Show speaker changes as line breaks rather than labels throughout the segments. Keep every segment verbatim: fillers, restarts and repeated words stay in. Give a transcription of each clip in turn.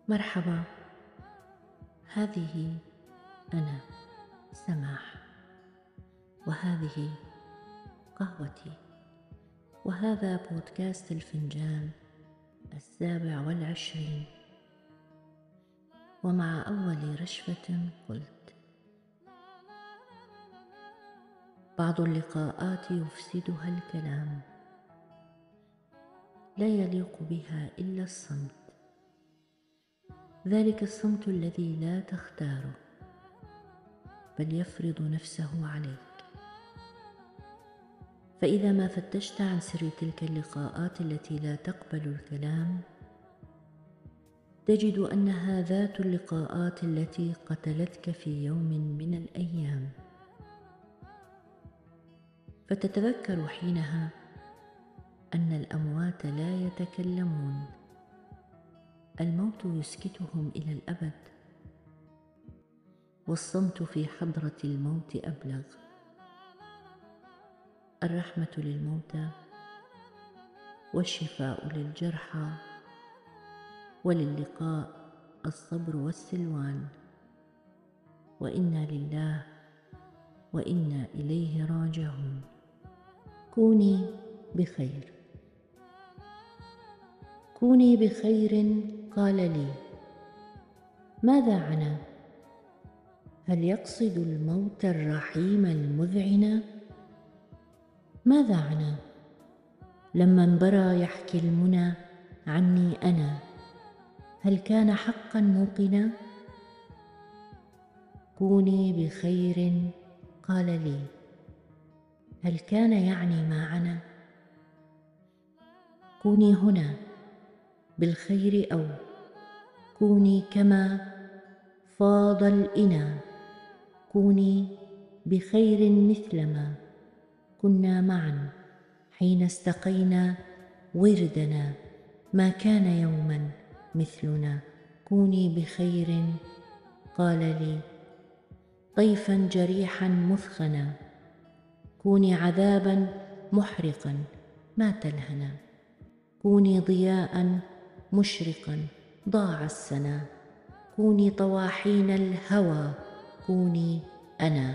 مرحبا، هذه أنا سماح، وهذه قهوتي، وهذا بودكاست الفنجان السابع والعشرين. ومع أول رشفة قلت: بعض اللقاءات يفسدها الكلام، لا يليق بها إلا الصمت، ذلك الصمت الذي لا تختاره بل يفرض نفسه عليك. فإذا ما فتشت عن سر تلك اللقاءات التي لا تقبل الكلام، تجد أنها ذات اللقاءات التي قتلتك في يوم من الأيام. فتتذكر حينها أن الأموات لا يتكلمون، الموت يسكتهم إلى الأبد، والصمت في حضرة الموت أبلغ. الرحمة للموتى، والشفاء للجرحى، وللقاء الصبر والسلوان. وإنا لله وإنا إليه راجعون. كوني بخير. كوني بخير قال لي. ماذا عنا؟ هل يقصد الموت الرحيم المذعن؟ ماذا عنا لما انبرى يحكي المنى عني أنا؟ هل كان حقا موقنا؟ كوني بخير قال لي. هل كان يعني ما عنا؟ كوني هنا بالخير، أو كوني كما فاض الإنا. كوني بخير مثلما كنا معا حين استقينا وردنا، ما كان يوما مثلنا. كوني بخير قال لي. طيفا جريحا مثخنا، كوني عذابا محرقا ما تلهنا. كوني ضياء مشرقا ضاع السنا، كوني طواحين الهوى. كوني أنا.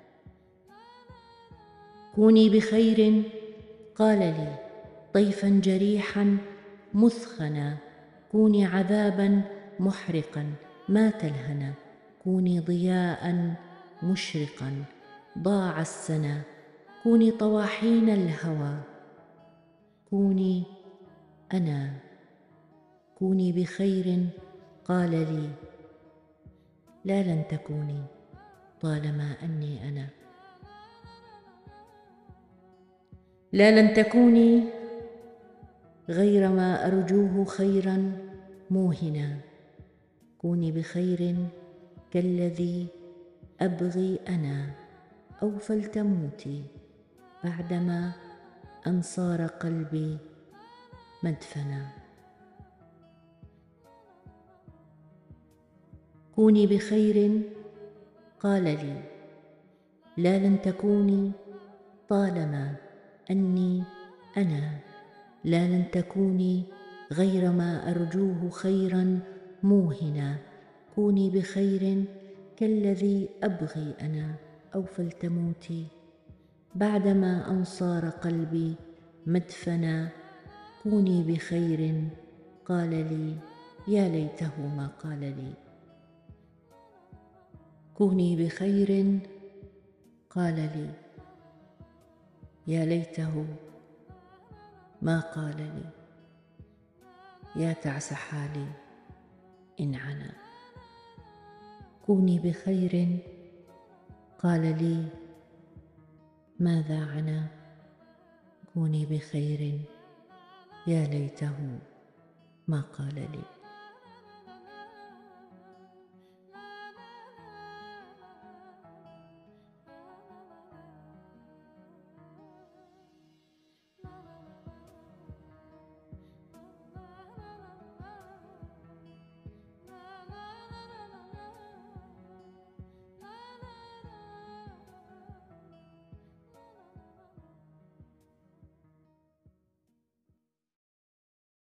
كوني بخير قال لي. طيفا جريحا مثخنا، كوني عذابا محرقا ما تلهنا. كوني ضياء مشرقا ضاع السنا، كوني طواحين الهوى. كوني أنا. كوني بخير قال لي. لا لن تكوني طالما أني أنا. لا لن تكوني غير ما أرجوه خيرا موهنا. كوني بخير كالذي أبغي أنا، أو فلتموتي بعدما أن صار قلبي مدفنا. كوني بخير قال لي. لا لن تكوني طالما أني أنا. لا لن تكوني غير ما أرجوه خيرا موهنا. كوني بخير كالذي أبغي أنا، أو فلتموتي بعدما أن صار قلبي مدفنا. كوني بخير قال لي. يا ليته ما قال لي. كوني بخير قال لي. يا ليته ما قال لي. يا تعس حالي إن عنا. كوني بخير قال لي. ماذا عنا؟ كوني بخير. يا ليته ما قال لي.